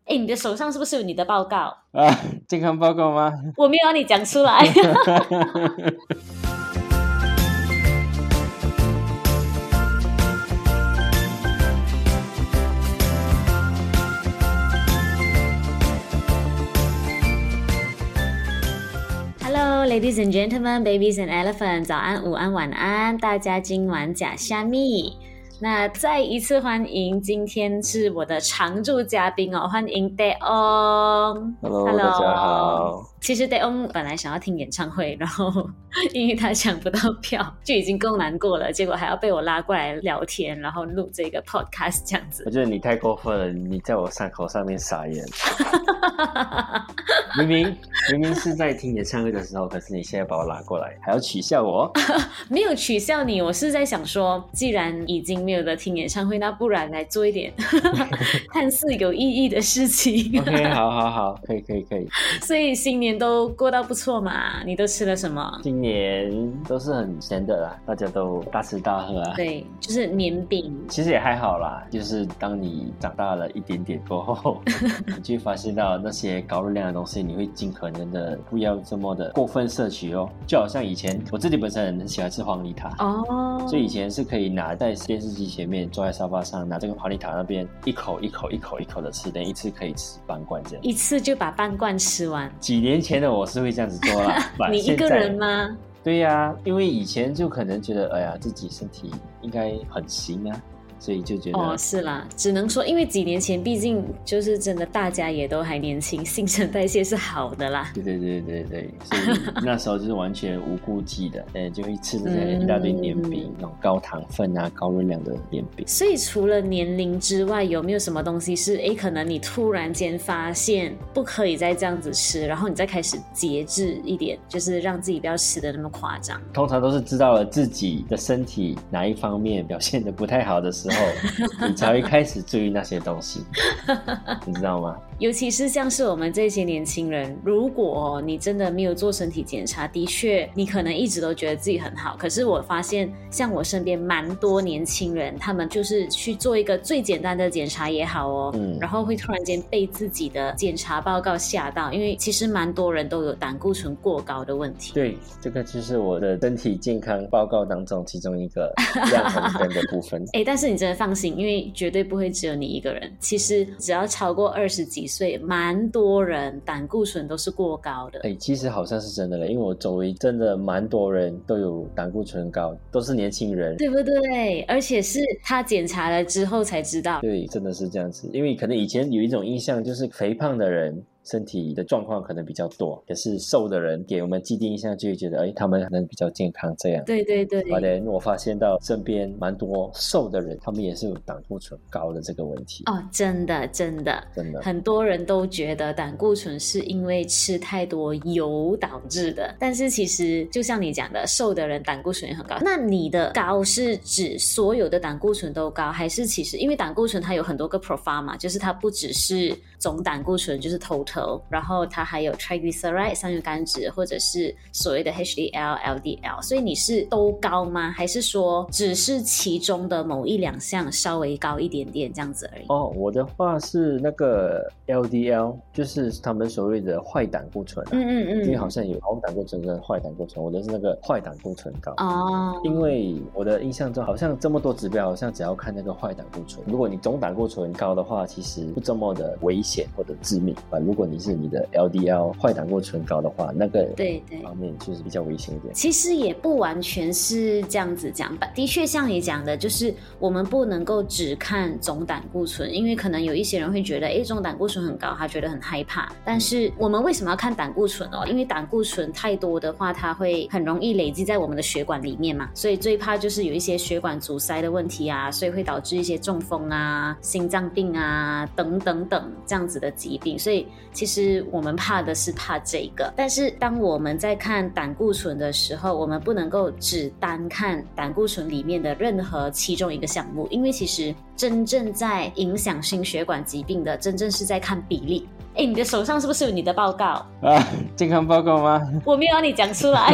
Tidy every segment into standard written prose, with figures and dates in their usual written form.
你的手上是不是有你的报告啊？健康报告吗？ 我没有让你讲出来。Hello, ladies and gentlemen, babies and elephants， 早安、午安、晚安，大家今晚假虾米。那再一次欢迎，今天是我的常驻嘉宾哦，欢迎 Daeong。Hello， 大家好。 其实 Daeong 本来想要听演唱会，然后因为他抢不到票，就已经够难过了，结果还要被我拉过来聊天，然后录这个 podcast 这样子。 我觉得你太过分了，你在我伤口上面撒盐。明明是在听演唱会的时候，可是你现在把我拉过来，还要取笑我？ 没有取笑你，我是在想说，既然已经没有得听演唱会，那不然来做一点看似有意义的事情。 OK， 好，可以。 所以新年都过到不错嘛？你都吃了什么？ 今年都是很闲的啦，大家都大吃大喝啊。 对，就是年饼。 其实也还好啦，就是当你长大了一点点过后，你就会发现到那些高热量的东西，你会尽可能的不要这么的过分摄取哦。就好像以前我自己本身很喜欢吃黄梨塔哦，所以以前是可以拿在电视机前面，坐在沙发上，拿这个黄梨塔那边一口的吃，等一次可以吃半罐这样， 一次就把半罐吃完。 几年前的我是会这样子做啦。 你一个人吗？ 对呀，因为以前就可能觉得，哎呀，自己身体应该很行啊。所以就觉得是啦，只能说因为几年前毕竟就是真的大家也都还年轻，新陈代谢是好的啦。 对，所以那时候就是完全无顾忌的，就会吃这些一大堆年饼，那种高糖分啊、高热量的年饼。 所以除了年龄之外，有没有什么东西是可能你突然间发现不可以再这样子吃，然后你再开始节制一点，就是让自己不要吃的那么夸张？ 通常都是知道了自己的身体哪一方面表现得不太好的时候你才会开始注意那些东西。你知道吗？ 尤其是像是我们这些年轻人，如果你真的没有做身体检查，的确你可能一直都觉得自己很好，可是我发现像我身边蛮多年轻人，他们就是去做一个最简单的检查也好哦，然后会突然间被自己的检查报告吓到，因为其实蛮多人都有胆固醇过高的问题。 对，这个就是我的身体健康报告当中其中一个亮红灯的部分。 但是你真的放心，因为绝对不会只有你一个人，其实只要超过20几岁，蛮多人胆固醇都是过高的。 其实好像是真的嘞，因为我周围真的蛮多人都有胆固醇高，都是年轻人， 对不对？而且是他检查了之后才知道。 对，真的是这样子。因为可能以前有一种印象，就是肥胖的人身体的状况可能比较多，可是瘦的人给我们既定印象就会觉得他们可能比较健康这样。 对。 我发现到身边蛮多瘦的人，他们也是有胆固醇高的这个问题。 真的很多人都觉得胆固醇是因为吃太多油导致的，但是其实就像你讲的，瘦的人胆固醇也很高。那你的高是指所有的胆固醇都高，还是其实因为胆固醇它有很多个 profile 嘛，就是它不只是总胆固醇，就是 total， 然后它还有 triglyceride 三元苷脂，或者是所谓的 HDL、LDL， 所以你是都高吗？还是说只是其中的某一两项稍微高一点点这样子而已？ 我的话是那个 LDL， 就是他们所谓的坏胆固醇因为好像有好胆固醇跟坏胆固醇，我的是那个坏胆固醇高因为我的印象中好像这么多指标，好像只要看那个坏胆固醇，如果你总胆固醇高的话，其实不这么的危险或者致命如果你是你的 LDL 坏胆固醇高的话，那个方面就是比较危险一点。 其实也不完全是这样子讲吧，的确像你讲的，就是我们不能够只看总胆固醇，因为可能有一些人会觉得总胆固醇很高，他觉得很害怕。但是我们为什么要看胆固醇因为胆固醇太多的话，它会很容易累积在我们的血管里面嘛，所以最怕就是有一些血管阻塞的问题啊，所以会导致一些中风啊、心脏病啊等等这样子的疾病。所以其实我们怕的是怕这个，但是当我们在看胆固醇的时候，我们不能够只单看胆固醇里面的任何其中一个项目，因为其实真正在影响心血管疾病的，真正是在看比例。 你的手上是不是有你的报告啊？健康报告吗？ 我没有让你讲出来。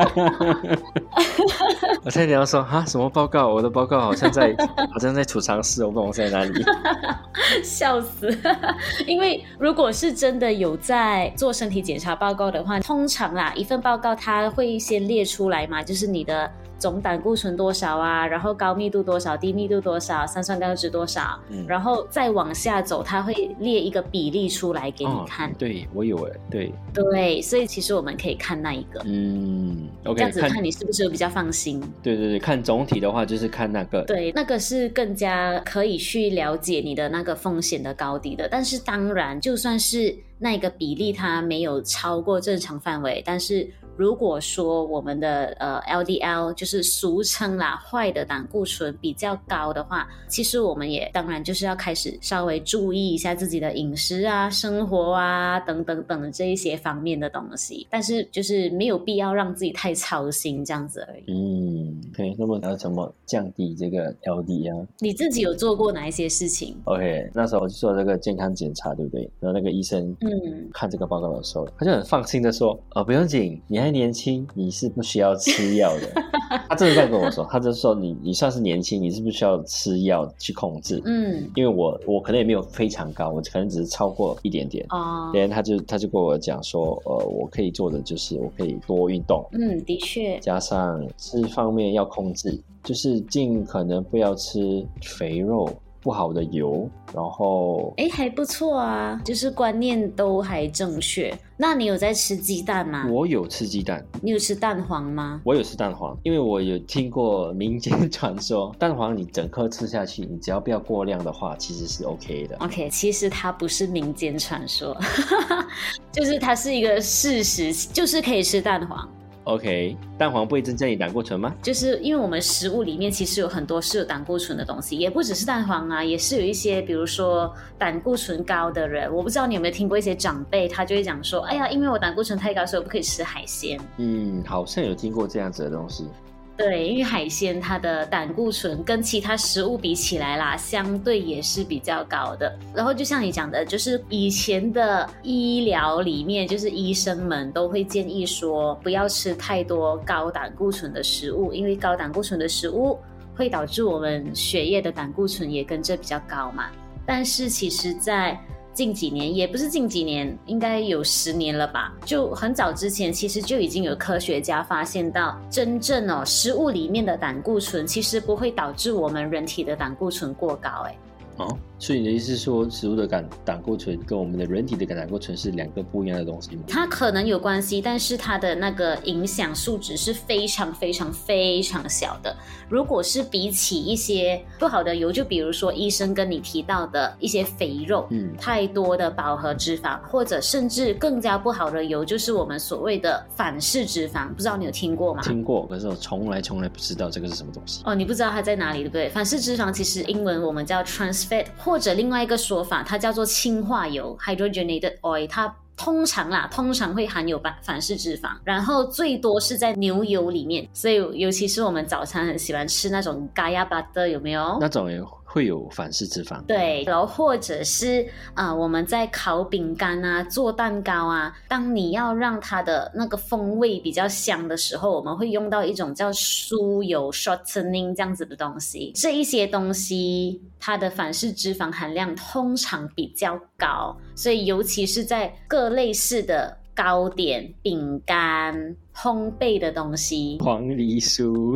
我差点要说什么报告？我的报告好像在储藏室，我不懂在哪里。 笑死！因为如果是真的有在做身体检查报告的话，通常啦，一份报告它会先列出来嘛，就是你的总胆固醇多少啊，然后高密度多少，低密度多少，三酸甘油酯多少，然后再往下走，它会列一个比例出来给你看。 对，我有对，所以其实我们可以看那一个，OK， 这样子看你是不是比较放心。 对，看总体的话就是看那个， 对，那个是更加可以去了解你的那个风险的高低的。但是当然就算是那个比例它没有超过正常范围，但是如果说我们的LDL 就是俗称啦坏的胆固醇比较高的话，其实我们也当然就是要开始稍微注意一下自己的饮食啊、生活啊等等等这一些方面的东西，但是就是没有必要让自己太操心这样子而已。 OK， 那么要怎么降低这个 LDL？ 你自己有做过哪一些事情 ？OK， 那时候我就做这个健康检查，对不对？然后那个医生看这个报告的时候，他就很放心的说，不用紧，你还年轻，你是不需要吃药的。他真的这样跟我说，他就说你算是年轻，你是不需要吃药去控制。因为我可能也没有非常高，我可能只是超过一点点。然后他就跟我讲说，我可以做的就是我可以多运动。 的确。 加上吃方面要控制，就是尽可能不要吃肥肉。不好的油，然后还不错啊，就是观念都还正确。那你有在吃鸡蛋吗？ 我有吃鸡蛋。 你有吃蛋黄吗？ 我有吃蛋黄，因为我有听过民间传说，蛋黄你整颗吃下去，你只要不要过量的话，其实是 OK 的。 OK， 其实它不是民间传说，就是它是一个事实，就是可以吃蛋黄。 OK， 蛋黄不会增加你胆固醇吗？ 就是因为我们食物里面其实有很多是有胆固醇的东西，也不只是蛋黄啊，也是有一些比如说胆固醇高的人，我不知道你有没有听过一些长辈他就会讲说，哎呀，因为我胆固醇太高，所以我不可以吃海鲜。 好像有听过这样子的东西。 对，因为海鲜它的胆固醇跟其他食物比起来啦，相对也是比较高的。然后就像你讲的，就是以前的医疗里面，就是医生们都会建议说，不要吃太多高胆固醇的食物，因为高胆固醇的食物会导致我们血液的胆固醇也跟着比较高嘛。但是其实在近几年，也不是近几年，应该有10年了吧，就很早之前其实就已经有科学家发现到，真正食物里面的胆固醇其实不会导致我们人体的胆固醇过高。 所以你的意思是说，食物的胆固醇跟我们的人体的胆固醇是2个不一样的东西吗？ 它可能有关系，但是它的那个影响数值是非常非常非常小的。如果是比起一些不好的油，就比如说医生跟你提到的一些肥肉，太多的饱和脂肪，或者甚至更加不好的油，就是我们所谓的反式脂肪，不知道你有听过吗？ 听过，可是我从来不知道这个是什么东西。 你不知道它在哪里，对不对？反式脂肪其实英文我们叫 trans fat， 或者另外一个说法，它叫做氢化油 hydrogenated oil， 它通常会含有反式脂肪，然后最多是在牛油里面，所以尤其是我们早餐很喜欢吃那种 Gaia butter， 有没有？ 那种也会有反式脂肪。 对，然后或者是我们在烤饼干啊、做蛋糕啊，当你要让它的那个风味比较香的时候，我们会用到一种叫酥油 shortening 这样子的东西。这一些东西它的反式脂肪含量通常比较高，所以尤其是在各类似的糕点、饼干、烘焙的东西， 黄梨酥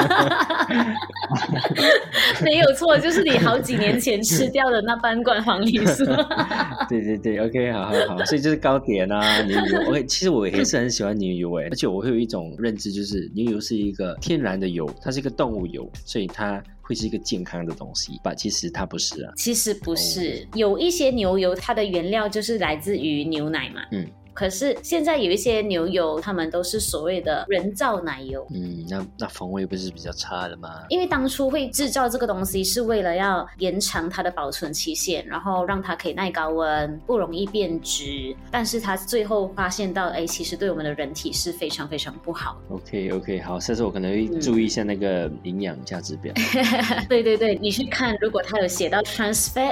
没有错，就是你好几年前吃掉的那半罐黄梨酥。 对 OK， 好，所以就是糕点啊，牛油。OK， 其实我也是很喜欢牛油而且我会有一种认知，就是牛油是一个天然的油，它是一个动物油，所以它会是一个健康的东西吧？其实它不是啊。 其实不是，有一些牛油它的原料就是来自于牛奶嘛。可是现在有一些牛油，他们都是所谓的人造奶油。 那风味不是比较差的吗？ 因为当初会制造这个东西是为了要延长它的保存期限，然后让它可以耐高温，不容易变质。但是它最后发现到，其实对我们的人体是非常非常不好的。 OK， 好，下次我可能会注意一下那个营养价值表。 对，你去看，如果它有写到 trans fat，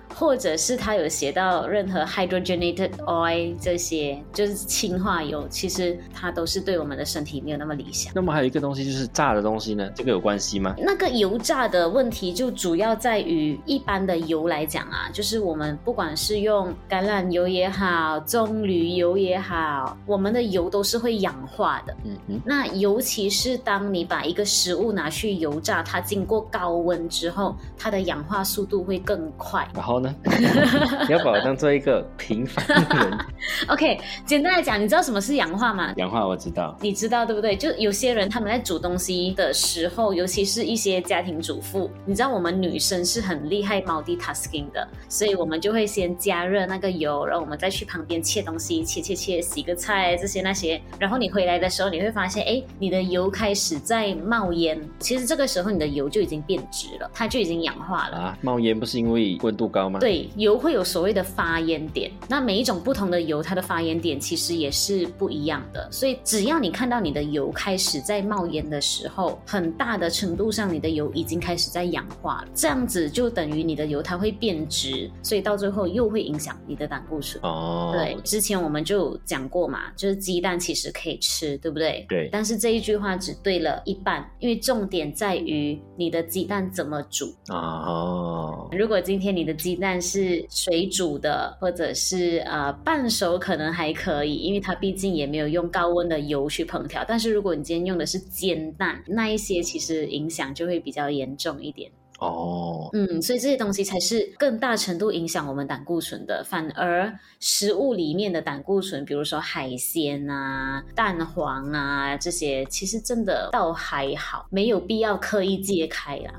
或者是它有写到任何 hydrogenated oil 这些就是氢化油，其实它都是对我们的身体没有那么理想。 那么还有一个东西就是炸的东西呢，这个有关系吗？ 那个油炸的问题就主要在于一般的油来讲啊，就是我们不管是用橄榄油也好，棕榈油也好，我们的油都是会氧化的。那尤其是当你把一个食物拿去油炸，它经过高温之后，它的氧化速度会更快。 然后呢你要把我当做一个平凡人 OK， 简单来讲，你知道什么是氧化吗？ 氧化我知道， 你知道对不对？就有些人他们在煮东西的时候，尤其是一些家庭主妇，你知道我们女生是很厉害 multitasking 的，所以我们就会先加热那个油，然后我们再去旁边切东西，切洗个菜这些那些，然后你回来的时候你会发现，哎，你的油开始在冒烟，其实这个时候你的油就已经变质了，它就已经氧化了啊。冒烟不是因为温度高吗？ 对，油会有所谓的发烟点，那每一种不同的油它的发烟点其实也是不一样的，所以只要你看到你的油开始在冒烟的时候，很大的程度上你的油已经开始在氧化了，这样子就等于你的油它会变质，所以到最后又会影响你的胆固醇。对，之前我们就讲过嘛，就是鸡蛋其实可以吃，对不对？ 对。 但是这一句话只对了一半，因为重点在于你的鸡蛋怎么煮。如果今天你的鸡蛋是水煮的，或者是半熟可能还可以，因为它毕竟也没有用高温的油去烹调，但是如果你今天用的是煎蛋，那一些其实影响就会比较严重一点。所以这些东西才是更大程度影响我们胆固醇的，反而食物里面的胆固醇，比如说海鲜啊、蛋黄啊这些，其实真的倒还好，没有必要刻意戒开啦。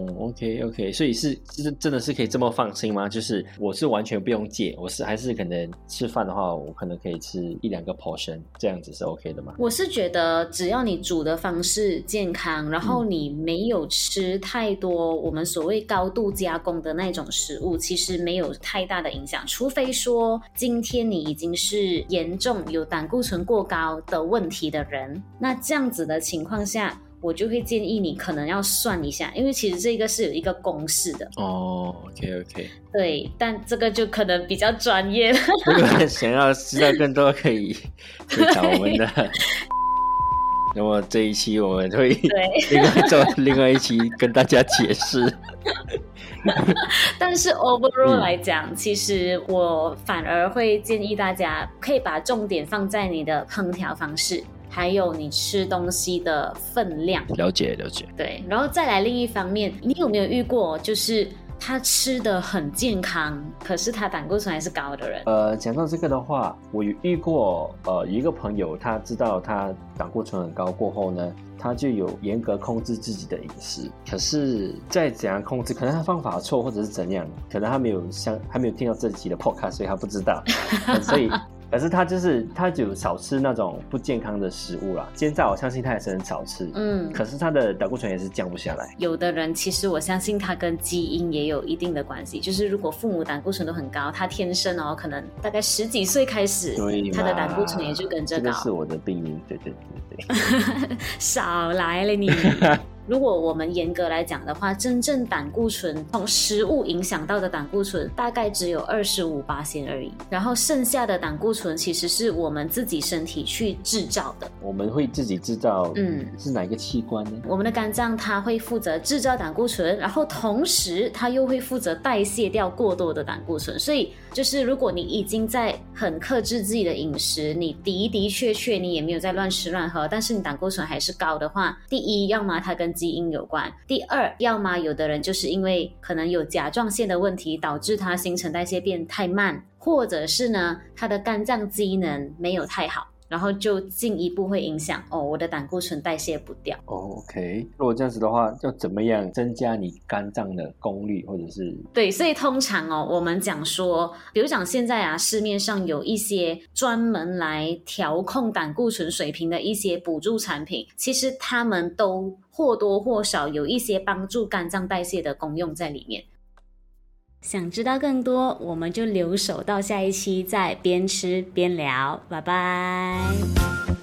OK， 所以是真的是可以这么放心吗？就是我是完全不用戒，我是还是可能吃饭的话，我可能可以吃1-2个 portion， 这样子是 OK 的吗？ 我是觉得只要你煮的方式健康，然后你没有吃太多我们所谓高度加工的那种食物，其实没有太大的影响，除非说今天你已经是严重有胆固醇过高的问题的人，那这样子的情况下，我就会建议你可能要算一下，因为其实这个是有一个公式的。 OK。 对，但这个就可能比较专业了。 如果想要知道更多，可以找我们的那么这一期我们会做另外一期跟大家解释但是 overall 来讲，其实我反而会建议大家可以把重点放在你的烹调方式，还有你吃东西的分量。 了解。 对，然后再来另一方面，你有没有遇过就是他吃得很健康，可是他胆固醇还是高的人？ 讲到这个的话，我有遇过有一个朋友，他知道他胆固醇很高过后呢，他就有严格控制自己的饮食。可是再怎样控制，可能他方法错或者是怎样，可能他没有听到这集的 podcast， 所以他不知道可是他就少吃那种不健康的食物啦，煎炸我相信他也是很少吃，可是他的胆固醇也是降不下来。 有的人其实我相信他跟基因也有一定的关系，就是如果父母胆固醇都很高，他天生可能大概10几岁开始，他的胆固醇也就跟着高。 这个是我的病因，对少来了你如果我们严格来讲的话，真正胆固醇从食物影响到的胆固醇大概只有25%而已，然后剩下的胆固醇其实是我们自己身体去制造的。 我们会自己制造，是哪一个器官呢？ 我们的肝脏它会负责制造胆固醇，然后同时它又会负责代谢掉过多的胆固醇。所以就是如果你已经在很克制自己的饮食，你的确你也没有在乱吃乱喝，但是你胆固醇还是高的话，第一，要么它跟基因有关，第二，要么有的人就是因为可能有甲状腺的问题导致他新陈代谢变太慢，或者是呢他的肝脏机能没有太好，然后就进一步会影响我的胆固醇代谢不掉。 OK， 如果这样子的话，要怎么样增加你肝脏的功率，或者是？对， 所以通常我们讲说，比如讲现在市面上有一些专门来调控胆固醇水平的一些补助产品，其实他们都或多或少有一些帮助肝脏代谢的功用在里面。想知道更多，我们就留守到下一期再边吃边聊，拜拜。